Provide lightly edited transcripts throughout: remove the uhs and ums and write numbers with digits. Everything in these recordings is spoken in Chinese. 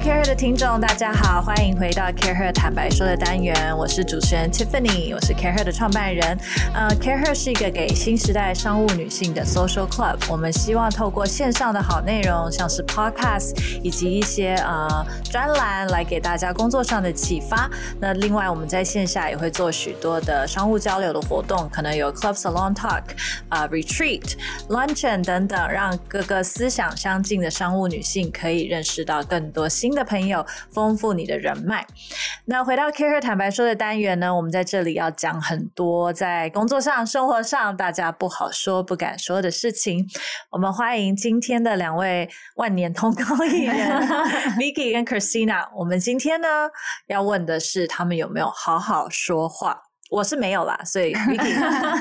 CareHer 的听众大家好，欢迎回到 CareHer 坦白说的单元，我是主持人 Tiffany， 我是 CareHer 的创办人。CareHer 是一个给新时代商务女性的 social club， 我们希望透过线上的好内容，像是 podcast 以及一些专栏来给大家工作上的启发。那另外我们在线下也会做许多的商务交流的活动，可能有 Club Salon Talk、Retreat、Luncheon 等等，让各个思想相近的商务女性可以认识到更多新的朋友，丰富你的人脉。那回到 CareHer 坦白说的单元呢，我们在这里要讲很多在工作上、生活上大家不好说、不敢说的事情。我们欢迎今天的两位万年通告艺人Vicky 跟 Christina。 我们今天呢要问的是他们有没有好好说话。我是没有啦，所以 Vicky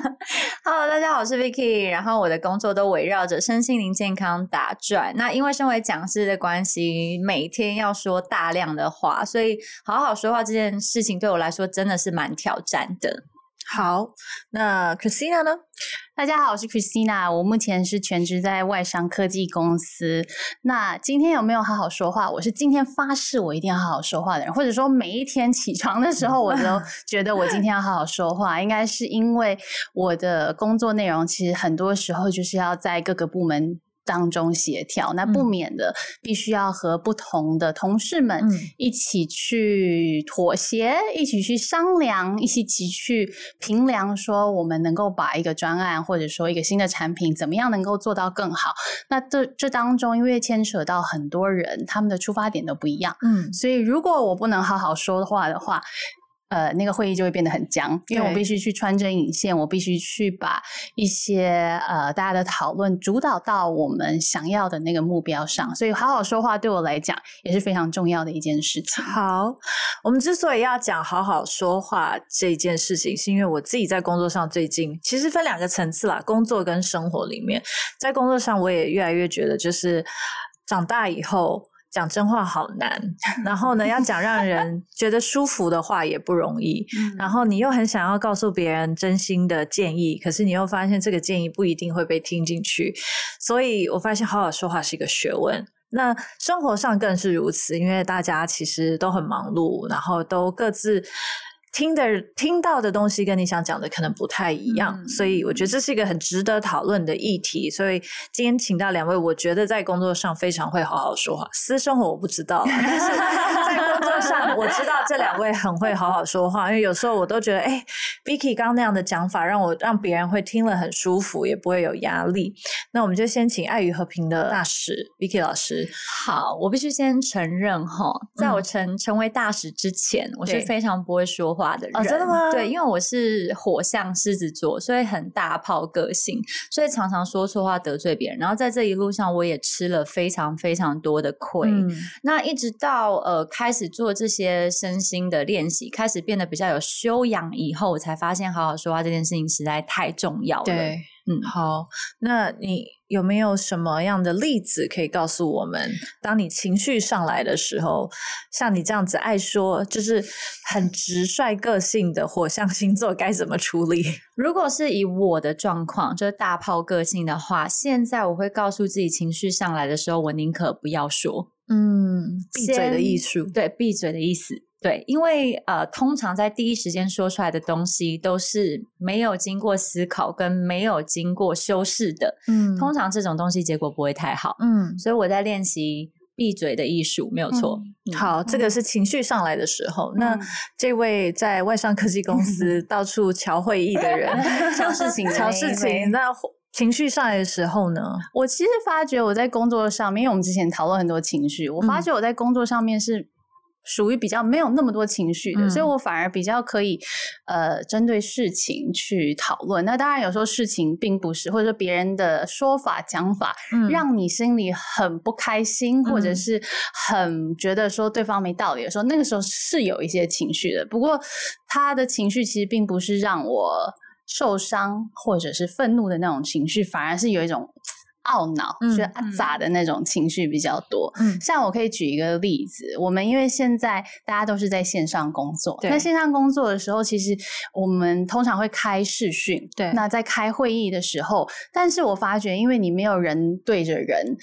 Hello 大家好，我是 Vicky， 然后我的工作都围绕着身心灵健康打转。那因为身为讲师的关系，每天要说大量的话，所以好好说话这件事情对我来说真的是蛮挑战的。 好，那 Christina 呢？ 大家好，我是 Christina， 我目前是全职在外商科技公司。那今天有没有好好说话？我是今天发誓我一定要好好说话的人，或者说每一天起床的时候我都觉得我今天要好好说话。应该是因为我的工作内容其实很多时候就是要在各个部门当中协调，那不免的必须要和不同的同事们一起去妥协，一起去商量，一起去评量，说我们能够把一个专案或者说一个新的产品怎么样能够做到更好。那这当中因为牵扯到很多人，他们的出发点都不一样，所以如果我不能好好说话的话，那个会议就会变得很僵，因为我必须去穿针引线，我必须去把一些大家的讨论主导到我们想要的那个目标上，所以好好说话对我来讲也是非常重要的一件事情。 好，我们之所以要讲好好说话这件事情，是因为我自己在工作上最近其实分两个层次啦，工作跟生活里面。在工作上我也越来越觉得就是长大以后讲真话好难，然后呢要讲让人觉得舒服的话也不容易然后你又很想要告诉别人真心的建议，可是你又发现这个建议不一定会被听进去，所以我发现好好说话是一个学问。那生活上更是如此，因为大家其实都很忙碌，然后都各自听到的东西跟你想讲的可能不太一样，所以我觉得这是一个很值得讨论的议题。所以今天请到两位我觉得在工作上非常会好好说话，私生活我不知道但是在工作上我知道这两位很会好好说话，因为有时候我都觉得Vicky 刚刚那样的讲法让别人会听了很舒服，也不会有压力。那我们就先请爱与和平的大使 Vicky 老师。 好，我必须先承认在我成为大使之前，我是非常不会说话的人。 真的吗？ 对，因为我是火象狮子座，所以很大炮个性，所以常常说错话得罪别人。然后在这一路上我也吃了非常非常多的亏那一直到开始做这些身心的练习，开始变得比较有修养以后，我才发现好好说话这件事情实在太重要了。 对，好，那你有没有什么样的例子可以告诉我们，当你情绪上来的时候，像你这样子爱说就是很直率个性的火象星座该怎么处理？ 如果是以我的状况就是大炮个性的话，现在我会告诉自己情绪上来的时候我宁可不要说。 闭嘴的艺术。 对，闭嘴的意思。对，因为通常在第一时间说出来的东西都是没有经过思考跟没有经过修饰的通常这种东西结果不会太好所以我在练习闭嘴的艺术，没有错好，这个是情绪上来的时候那这位在外商科技公司到处瞧会议的人瞧事情那情绪上来的时候呢？ 我其实发觉我在工作上面，因为我们之前讨论很多情绪，我发觉我在工作上面是属于比较没有那么多情绪的所以我反而比较可以针对事情去讨论。那当然有时候事情并不是，或者说别人的说法讲法让你心里很不开心或者是很觉得说对方没道理的时候，那个时候是有一些情绪的。不过他的情绪其实并不是让我受伤或者是愤怒的那种情绪，反而是有一种懊恼觉得咋的那种情绪比较多像我可以举一个例子，我们因为现在大家都是在线上工作，那线上工作的时候其实我们通常会开视讯，对，那在开会议的时候，但是我发觉因为你没有人对着人，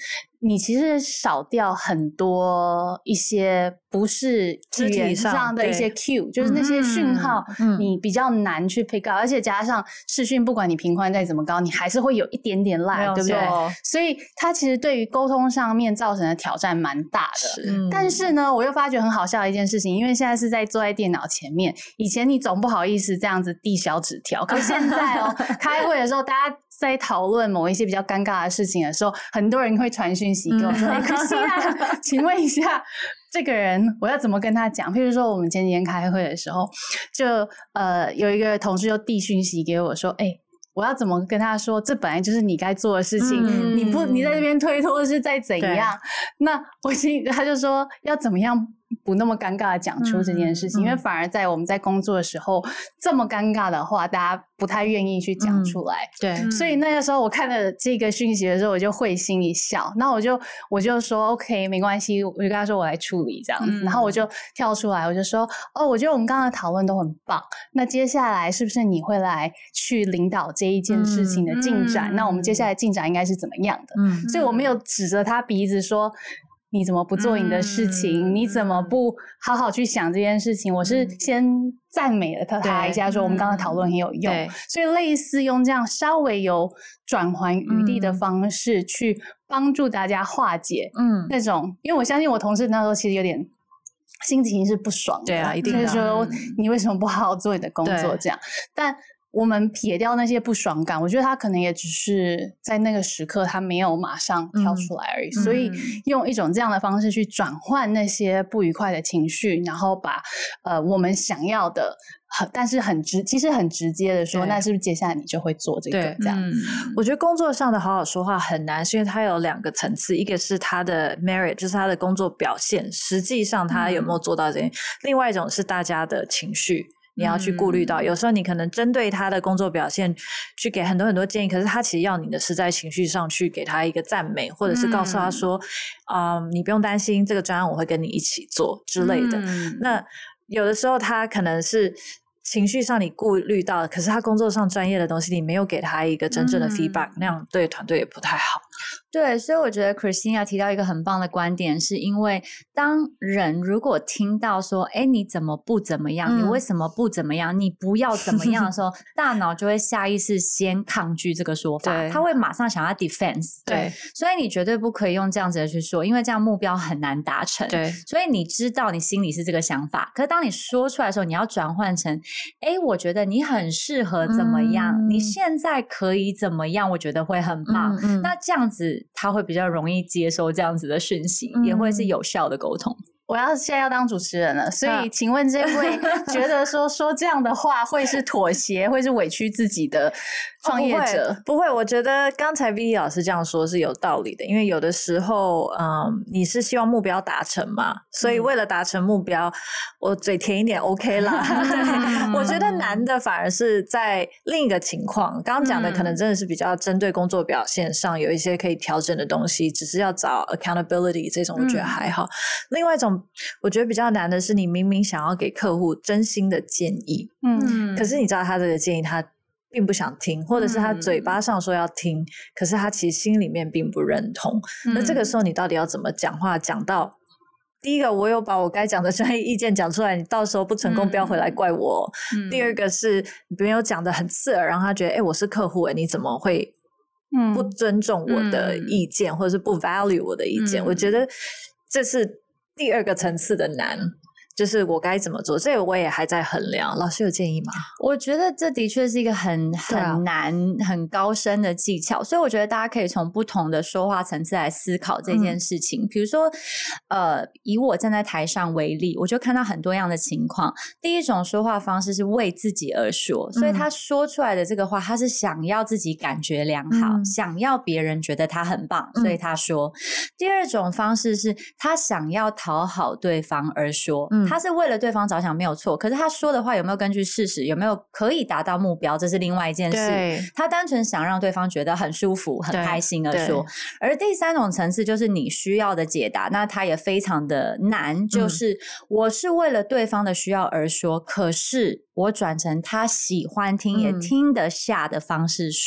你其实少掉很多一些不是语言上的一些 cue， 就是那些讯号你比较难去 pick up，而且加上视讯不管你频宽再怎么高，你还是会有一点点 lag， 对不对？所以它其实对于沟通上面造成的挑战蛮大的。但是呢，我又发觉很好笑的一件事情，因为现在是在坐在电脑前面，以前你总不好意思这样子递小纸条，可是现在开会的时候大家在讨论某一些比较尴尬的事情的时候，很多人会传讯息给我说Christina 请问一下这个人我要怎么跟他讲。譬如说我们前几天开会的时候，就有一个同事就递讯息给我说我要怎么跟他说这本来就是你该做的事情，你在这边推脱是在怎样。那他就说要怎么样不那么尴尬的讲出这件事情，因为反而在我们在工作的时候这么尴尬的话大家不太愿意去讲出来。对，所以那个时候我看了这个讯息的时候我就会心一笑，那我就说 OK 没关系，我就跟他说我来处理这样子，然后我就跳出来我就说我觉得我们刚刚的讨论都很棒，那接下来是不是你会来去领导这一件事情的进展，那我们接下来进展应该是怎么样的。所以我没有指着他鼻子说你怎么不做你的事情，你怎么不好好去想这件事情，我是先赞美了他一下说我们刚刚讨论很有用。所以类似用这样稍微有转圜余地的方式去帮助大家化解那种，因为我相信我同事那时候其实有点心情是不爽的，对啊，一定的，就是说你为什么不好好做你的工作这样。但我们撇掉那些不爽感，我觉得他可能也只是在那个时刻他没有马上跳出来而已，所以用一种这样的方式去转换那些不愉快的情绪，然后把我们想要的但是其实很直接的说，那是不是接下来你就会做这个这样子。 我觉得工作上的好好说话很难，是因为它有两个层次，一个是他的 merit， 就是他的工作表现实际上他有没有做到这些，另外一种是大家的情绪你要去顾虑到。有时候你可能针对他的工作表现去给很多很多建议，可是他其实要你的是在情绪上去给他一个赞美，或者是告诉他说你不用担心，这个专案我会跟你一起做之类的。那有的时候他可能是情绪上你顾虑到，可是他工作上专业的东西你没有给他一个真正的 feedback，那样对团队也不太好。 对，所以我觉得 Christina 提到一个很棒的观点，是因为当人如果听到说你怎么不怎么样，你为什么不怎么样，你不要怎么样的时候大脑就会下意识先抗拒这个说法，他会马上想要 defense。 对，所以你绝对不可以用这样子的去说，因为这样目标很难达成。对，所以你知道你心里是这个想法，可是当你说出来的时候，你要转换成我觉得你很适合怎么样，你现在可以怎么样，我觉得会很棒。那这样子他会比较容易接收这样子的讯息，也会是有效的沟通。 我现在要当主持人了，所以请问这位觉得说这样的话会是妥协会是委屈自己的创业者？ 不会，我觉得刚才 Vicky 老师这样说是有道理的，因为有的时候你是希望目标达成嘛，所以为了达成目标我嘴甜一点 OK 啦。我觉得难的反而是在另一个情况，刚刚讲的可能真的是比较针对工作表现上有一些可以调整的东西，只是要找 accountability 这种我觉得还好。另外一种我觉得比较难的是你明明想要给客户真心的建议，可是你知道他这个建议他并不想听，或者是他嘴巴上说要听，可是他其实心里面并不认同。那这个时候你到底要怎么讲话讲到第一个我有把我该讲的专业意见讲出来，你到时候不成功不要回来怪我。第二个是你没有讲的很刺耳，让他觉得我是客户你怎么会不尊重我的意见，或者是不 value 我的意见。我觉得这是第二个层次的难，就是我该怎么做，这个我也还在衡量。老师有建议吗？ 我觉得这的确是一个很难很高深的技巧，所以我觉得大家可以从不同的说话层次来思考这件事情。比如说以我站在台上为例，我就看到很多样的情况。第一种说话方式是为自己而说，所以他说出来的这个话他是想要自己感觉良好，想要别人觉得他很棒，所以他说。第二种方式是他想要讨好对方而说，他是为了对方着想没有错，可是他说的话有没有根据事实，有没有可以达到目标，这是另外一件事。他单纯想让对方觉得很舒服很开心而说。而第三种层次就是你需要的解答，那他也非常的难，就是我是为了对方的需要而说，可是我转成他喜欢听也听得下的方式说。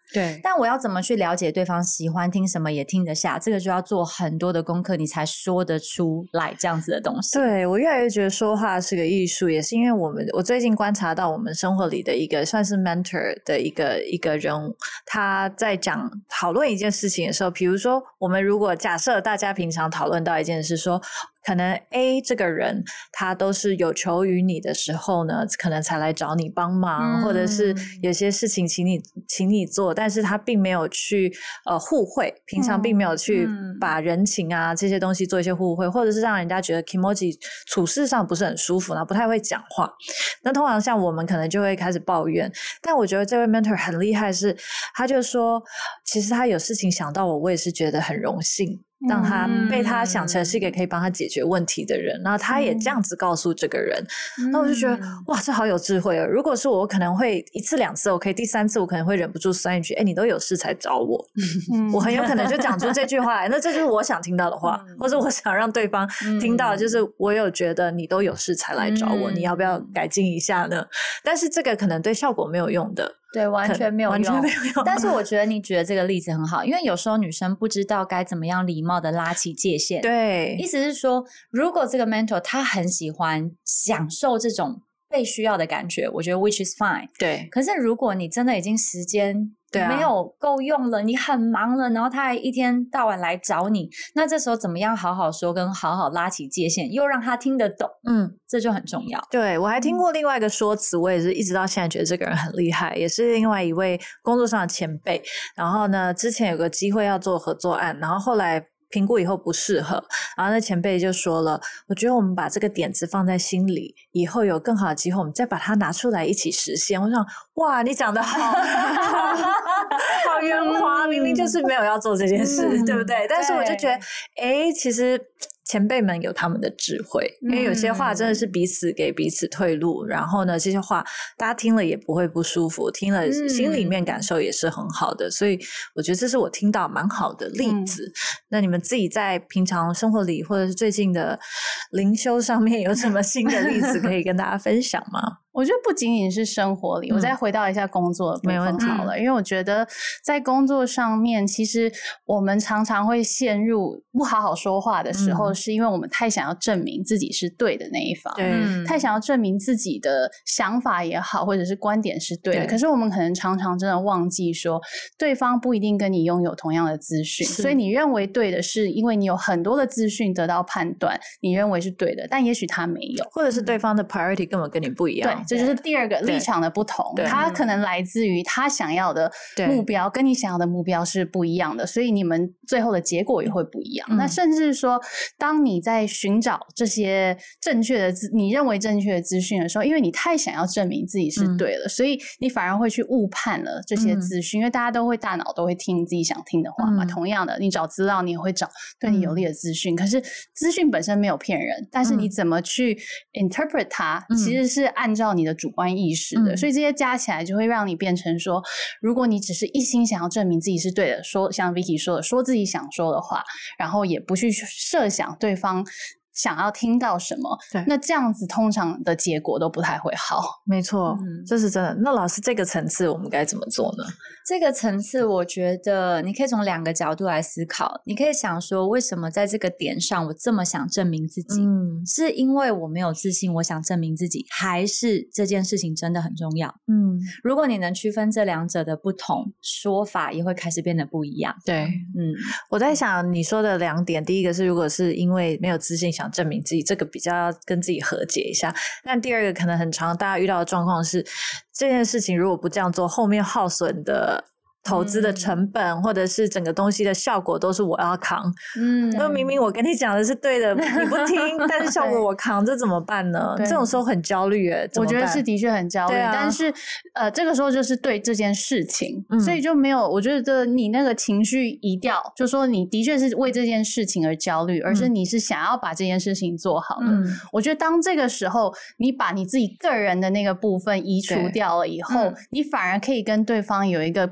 对， 但我要怎么去了解对方喜欢听什么也听得下，这个就要做很多的功课，你才说得出来这样子的东西。 对，我越来越觉得说话是个艺术，也是因为我最近观察到我们生活里的一个算是 mentor 的一个人物，他在讨论一件事情的时候，比如说我们如果假设大家平常讨论到一件事说，可能 A 这个人他都是有求于你的时候呢，可能才来找你帮忙，或者是有些事情请你做，但是他并没有去互惠，平常并没有去把人情啊这些东西做一些互惠，或者是让人家觉得 kimoji 处事上不是很舒服，然后不太会讲话。那通常像我们可能就会开始抱怨，但我觉得这位 mentor 很厉害，是他就说其实他有事情想到我也是觉得很荣幸，让他被他想成是一个可以帮他解决问题的人，然后他也这样子告诉这个人，那我就觉得哇，这好有智慧哦！如果是我可能会1次2次 OK， 第3次我可能会忍不住酸一句，你都有事才找我，我很有可能就讲出这句话来，那这就是我想听到的话，或者我想让对方听到，就是我有觉得你都有事才来找我，你要不要改进一下呢？但是这个可能对效果没有用的。 对，完全没有用，但是我觉得你举的这个例子很好，因为有时候女生不知道该怎么样礼貌的拉起界限。 对， 意思是说，如果这个 mentor 他很喜欢享受这种被需要的感觉，我觉得 which is fine。 对， 可是如果你真的已经时间没有够用了，你很忙了，然后他还一天到晚来找你，那这时候怎么样好好说跟好好拉起界限，又让他听得懂，这就很重要。 对，我还听过另外一个说辞，我也是一直到现在觉得这个人很厉害，也是另外一位工作上的前辈，然后呢之前有个机会要做合作案，然后后来评估以后不适合，然后那前辈就说了，我觉得我们把这个点子放在心里，以后有更好的机会我们再把它拿出来一起实现。我想哇，你讲得好好圆滑，明明就是没有要做这件事，对不对？但是我就觉得其实前辈们有他们的智慧，因为有些话真的是彼此给彼此退路，然后呢这些话大家听了也不会不舒服，听了心里面感受也是很好的，所以我觉得这是我听到蛮好的例子。那你们自己在平常生活里或者是最近的灵修上面有什么新的例子可以跟大家分享吗？ 我觉得不仅仅是生活里，我再回到一下工作的部分好了，因为我觉得在工作上面，其实我们常常会陷入不好好说话的时候，是因为我们太想要证明自己是对的那一方，太想要证明自己的想法也好，或者是观点是对的。可是我们可能常常真的忘记说，对方不一定跟你拥有同样的资讯，所以你认为对的是因为你有很多的资讯得到判断，你认为是对的，但也许他没有， 或者是对方的 priority 根本跟你不一样。 对，这就是第二个立场的不同，他可能来自于他想要的目标跟你想要的目标是不一样的，所以你们最后的结果也会不一样。那甚至说当你在寻找这些正确的你认为正确的资讯的时候，因为你太想要证明自己是对了，所以你反而会去误判了这些资讯，因为大家大脑都会听自己想听的话嘛。同样的，你找资料你也会找对你有利的资讯，可是资讯本身没有骗人，但是你怎么去 interpret 它，其实是按照你的主观意识的，所以这些加起来就会让你变成说，如果你只是一心想要证明自己是对的，说像 Vicky 说的，说自己想说的话，然后也不去设想对方想要听到什么，那这样子通常的结果都不太会好。 没错，这是真的。那老师，这个层次我们该怎么做呢？ 这个层次我觉得你可以从2个角度来思考，你可以想说为什么在这个点上我这么想证明自己，是因为我没有自信我想证明自己，还是这件事情真的很重要？如果你能区分这2者的不同，说法也会开始变得不一样。 对，我在想你说的2点，第一个是如果是因为没有自信想证明自己，这个比较跟自己和解一下，但第二个可能很常大家遇到的状况是，这件事情如果不这样做，后面耗损的投资的成本或者是整个东西的效果都是我要扛。那明明我跟你讲的是对的，你不听，但是效果我扛，这怎么办呢？这种时候很焦虑耶， 我觉得是的确很焦虑，但是这个时候就是对这件事情，所以就没有，我觉得你那个情绪移掉，就说你的确是为这件事情而焦虑，而是你是想要把这件事情做好的。我觉得当这个时候你把你自己个人的那个部分移除掉了以后，你反而可以跟对方有一个更直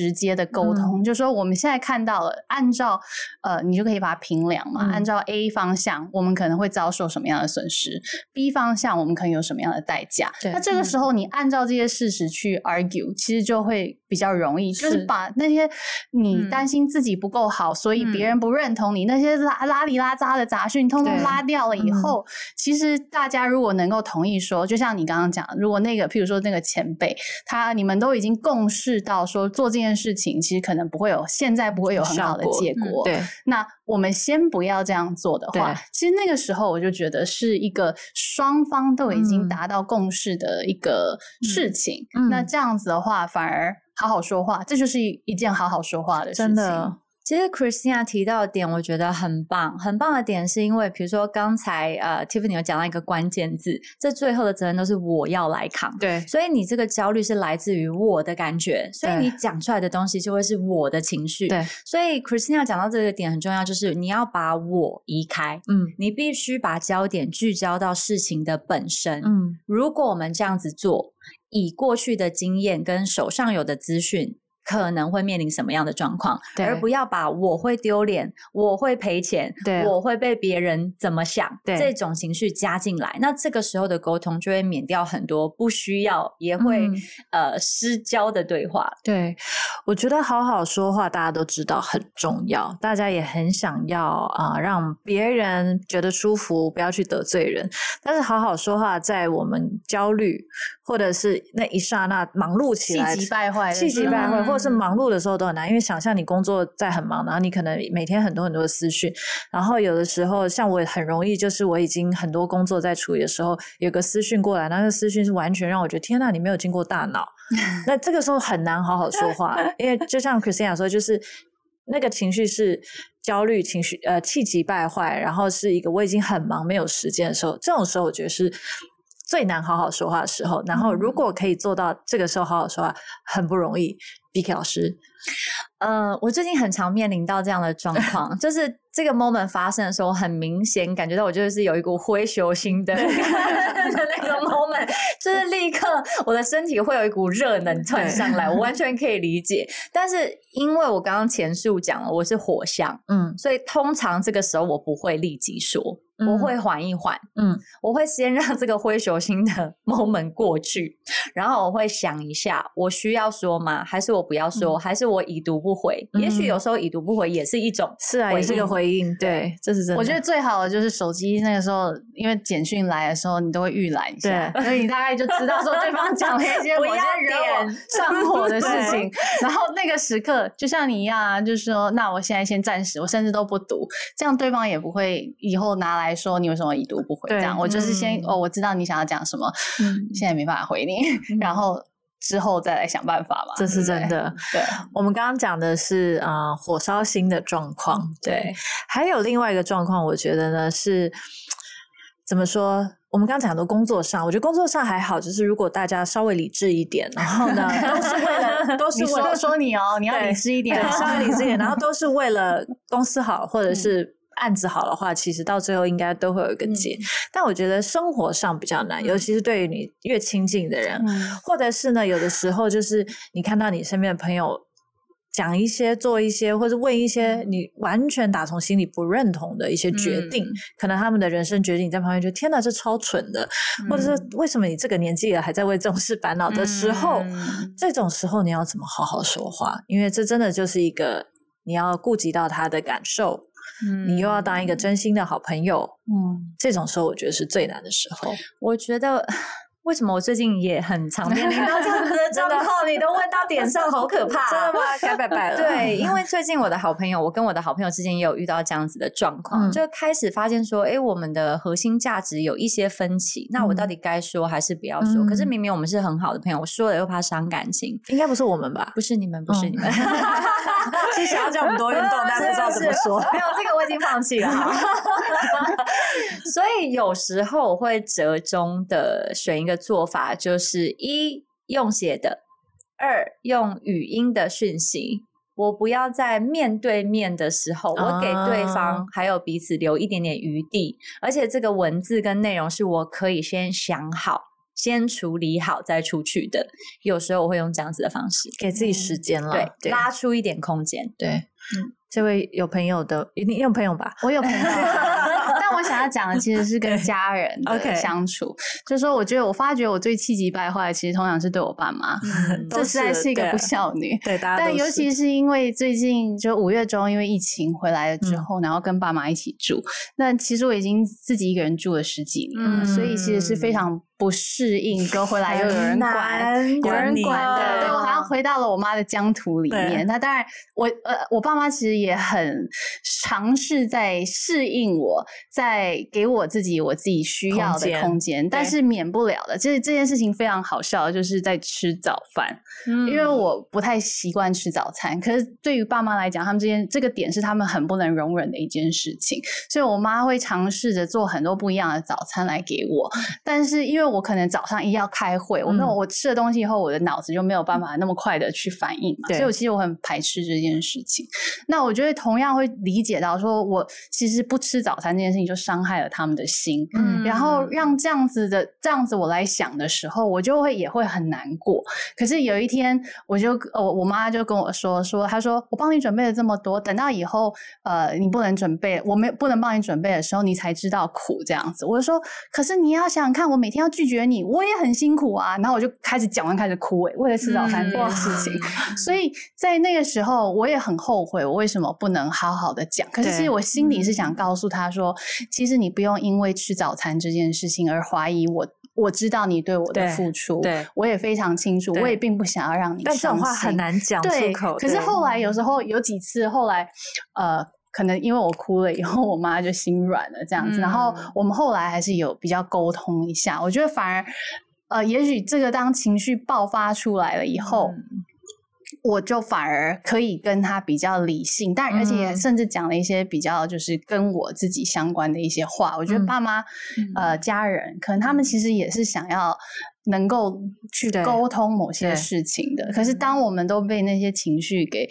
直接的沟通，就是说我们现在看到了，按照你就可以把它评量嘛，按照 A 方向我们可能会遭受什么样的损失， B 方向我们可能有什么样的代价，那这个时候你按照这些事实去 argue，其实就会比较容易，就是把那些你担心自己不够好，所以别人不认同你那些拉里拉杂的杂讯通通拉掉了以后，其实大家如果能够同意说，就像你刚刚讲，如果那个譬如说那个前辈你们都已经共识到说做这件事情其实可能现在不会有很好的结果，对，那我们先不要这样做的话，其实那个时候我就觉得是一个双方都已经达到共识的一个事情，那这样子的话反而好好说话，这就是一件好好说话的事情。真的， 其实 Christina 提到的点我觉得很棒，很棒的点是因为比如说刚才Tiffany 有讲到一个关键字，这最后的责任都是我要来扛，对，所以你这个焦虑是来自于我的感觉，所以你讲出来的东西就会是我的情绪，对，所以 Christina 讲到这个点很重要，就是你要把我移开，你必须把焦点聚焦到事情的本身，如果我们这样子做，以过去的经验跟手上有的资讯可能会面临什么样的状况，而不要把我会丢脸，我会赔钱，我会被别人怎么想这种情绪加进来，那这个时候的沟通就会免掉很多不需要也会失焦的对话。 对，我觉得好好说话大家都知道很重要，大家也很想要让别人觉得舒服，不要去得罪人，但是好好说话在我们焦虑或者是那一刹那忙碌起来气急败坏或者是忙碌的时候都很难，因为想象你工作在很忙，然后你可能每天很多很多的私讯，然后有的时候像我很容易就是我已经很多工作在处理的时候有个私讯过来，那个私讯是完全让我觉得天哪，你没有经过大脑那这个时候很难好好说话因为就像 Christina 说，就是那个情绪是焦虑情绪气急败坏，然后是一个我已经很忙没有时间的时候，这种时候我觉得是最难好好说话的时候，然后如果可以做到这个时候好好说话很不容易。BK 老师我最近很常面临到这样的状况就是这个 moment 发生的时候，很明显感觉到我就是有一股灰熊心的那个 moment 就是立刻我的身体会有一股热能窜上来，我完全可以理解，但是因为我刚刚前述讲了我是火象，所以通常这个时候我不会立即说，我会缓一缓，我会先让这个灰熊心的 moment 过去，然后我会想一下我需要说吗？还是我不要说？还是我已读不回？也许有时候已读不回也是一种也是个回应，对，这是真的。 我觉得最好的就是手机那个时候因为简讯来的时候你都会预览一下，所以你大概就知道说对方讲了一些某些惹我上火的事情然后那个时刻就像你一样啊，就是说那我现在先暂时我甚至都不读，这样对方也不会以后拿来说你为什么已读不回，这样我就是先我知道你想要讲什么，现在没办法回你然后之后再来想办法嘛， 这是真的。对，我们刚刚讲的是火烧心的状况，对，还有另外一个状况我觉得呢是怎么说，我们刚刚讲的工作上，我觉得工作上还好，就是如果大家稍微理智一点，然后呢都是为了说你你要理智一点， 稍微理智一点，然后都是为了公司好或者是案子好的话，其实到最后应该都会有一个结，但我觉得生活上比较难，尤其是对于你越亲近的人，或者是呢有的时候就是你看到你身边的朋友讲一些做一些或者问一些你完全打从心里不认同的一些决定，可能他们的人生决定你在旁边觉得天哪这超蠢的，或者是为什么你这个年纪了还在为这种事烦恼的时候，这种时候你要怎么好好说话，因为这真的就是一个你要顾及到他的感受，你又要当一个真心的好朋友，这种时候我觉得是最难的时候。 我觉得为什么我最近也很常面临到这样子的状况你都问到点上，好可怕真的吗？该拜拜了。 对，因为最近我跟我的好朋友之间也有遇到这样子的状况，就开始发现说我们的核心价值有一些分歧，那我到底该说还是不要说，可是明明我们是很好的朋友，我说了又怕伤感情。 应该不是我们吧？ 不是你们，不是你们是想要叫我们多运动但不知道怎么说没有，这个我已经放弃了所以有时候我会折中的选一个做法，就是一用写的，二用语音的讯息，我不要在面对面的时候我给对方还有彼此留一点点余地，而且这个文字跟内容是我可以先想好先处理好再出去的。有时候我会用这样子的方式， 给自己时间了， 对，拉出一点空间。 对，这位有朋友的，你有朋友吧？ 我有朋友。但我想要讲的其实是跟家人的相处，就是说我发觉我最气急败坏其实通常是对我爸妈，这实在是一个不孝女。 对，大家都是。 但尤其是因为最近就5月中因为疫情回来了之后，然后跟爸妈一起住，那其实我已经自己一个人住了10几年了，所以其实是非常不适应，说回来又有人管，有人管的，对，我好像回到了我妈的疆土里面。那当然我爸妈其实也很尝试在适应我，在给我自己需要的空间，但是免不了的，这件事情非常好笑，就是在吃早饭，因为我不太习惯吃早餐，可是对于爸妈来讲，他们这个点是他们很不能容忍的一件事情，所以我妈会尝试着做很多不一样的早餐来给我，但是因为我可能早上一要开会，我吃了东西以后，我的脑子就没有办法那么快的去反应嘛，所以其实我很排斥这件事情。那我觉得同样会理解到说，我其实不吃早餐这件事情就伤害了他们的心，然后让这样子我来想的时候，我就也会很难过。可是有一天，我妈就跟我说，她说我帮你准备了这么多，等到以后你不能准备，我不能帮你准备的时候，你才知道苦这样子。我就说，可是你要想想看，我每天要拒绝你，我也很辛苦啊。然后我就开始哭为了吃早餐这件事情。所以在那个时候，我也很后悔，我为什么不能好好的讲。可是其实我心里是想告诉他说，其实你不用因为吃早餐这件事情而怀疑我知道你对我的付出，对，我也非常清楚，我也并不想要让你伤心。 但这种话很难讲出口。 可是后来有时候有几次，后来可能因为我哭了以后，我妈就心软了这样子，然后我们后来还是有比较沟通一下。我觉得反而也许这个当情绪爆发出来了以后，我就反而可以跟他比较理性，但而且也甚至讲了一些比较就是跟我自己相关的一些话。我觉得爸妈家人可能他们其实也是想要能够去沟通某些事情的，可是当我们都被那些情绪给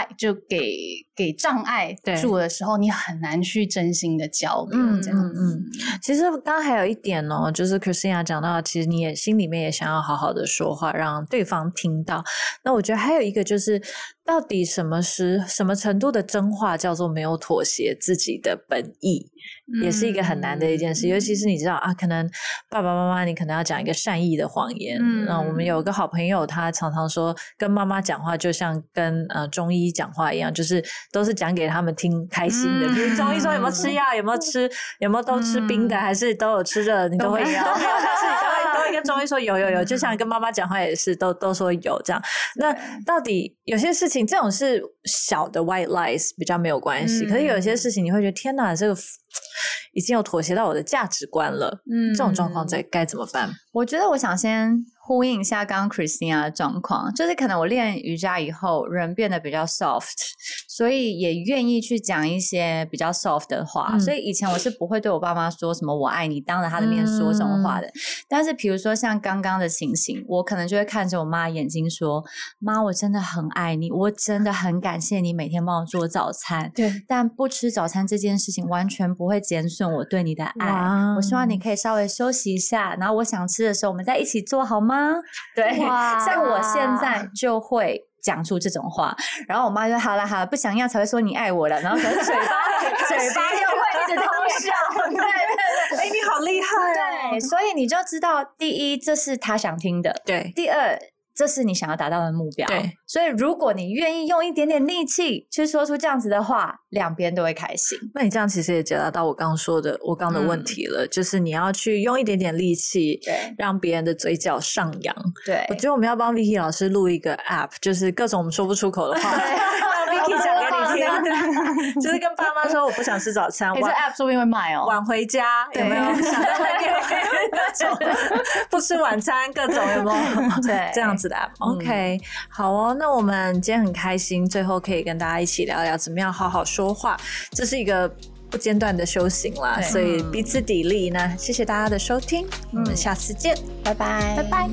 障碍住的时候，你很难去真心的交流这样子。 其实刚刚还有一点就是 Christina 讲到，其实你也心里面也想要好好的说话，让对方听到。那我觉得还有一个就是，到底什么程度的真话叫做没有妥协自己的本意，也是一个很难的一件事。尤其是你知道可能爸爸妈妈你可能要讲一个善意的谎言。那我们有个好朋友，他常常说跟妈妈讲话就像跟中医讲话一样，就是都是讲给他们听开心的。比如中医说有没有吃药，有没有都吃冰的，还是都有吃热的，你都会有。但是你都会跟中医说有，就像跟妈妈讲话也是都说有这样。那到底有些事情，这种是小的 white lies 比较没有关系，可是有些事情你会觉得天哪，这个已经有妥协到我的价值观了。这种状况该怎么办？ 我觉得我想先呼应一下刚刚 Christina 的状况，就是可能我练瑜伽以后人变得比较 soft， 所以也愿意去讲一些比较 soft 的话。所以以前我是不会对我爸妈说什么我爱你，当着他的面说这种话的。但是比如说像刚刚的情形，我可能就会看着我妈眼睛说，妈，我真的很爱你，我真的很感谢你每天帮我做早餐，对，但不吃早餐这件事情完全不会减损我对你的爱。我希望你可以稍微休息一下，然后我想吃的时候我们再一起做好吗？对，像我现在就会讲出这种话，然后我妈就好了，不想要才会说你爱我了，然后可是嘴巴又会一直偷笑。对， 你好厉害对，所以你就知道，第一，这是他想听的，对；第二，这是你想要达到的目标，对。所以如果你愿意用一点点力气去说出这样子的话，两边都会开心。 那你这样其实也解答到我刚刚的问题了，就是你要去用一点点力气，对，让别人的嘴角上扬。对，我觉得我们要帮 Vicky 老师录一个 app， 就是各种我们说不出口的话，让 Vicky 讲给你听，就是跟爸妈说我不想吃早餐， 这 app 说不定会卖哦。 晚回家有没有？想在外面各种不吃晚餐，各种有没有？对，这样子的 app。OK， 好哦。那我们今天很开心，最后可以跟大家一起聊聊怎么样好好说话，这是一个不间断的修行啦，所以彼此砥砺呢。谢谢大家的收听，我们下次见， 拜拜， 拜拜。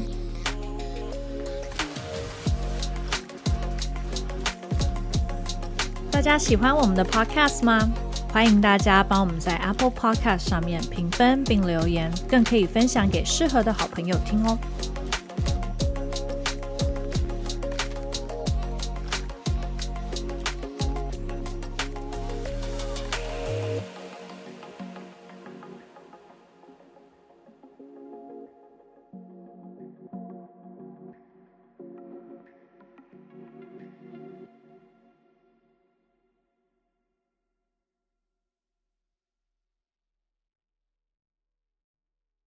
大家喜欢我们的 podcast 吗欢迎大家帮我们在 Apple Podcast 上面评分并留言，更可以分享给适合的好朋友听哦。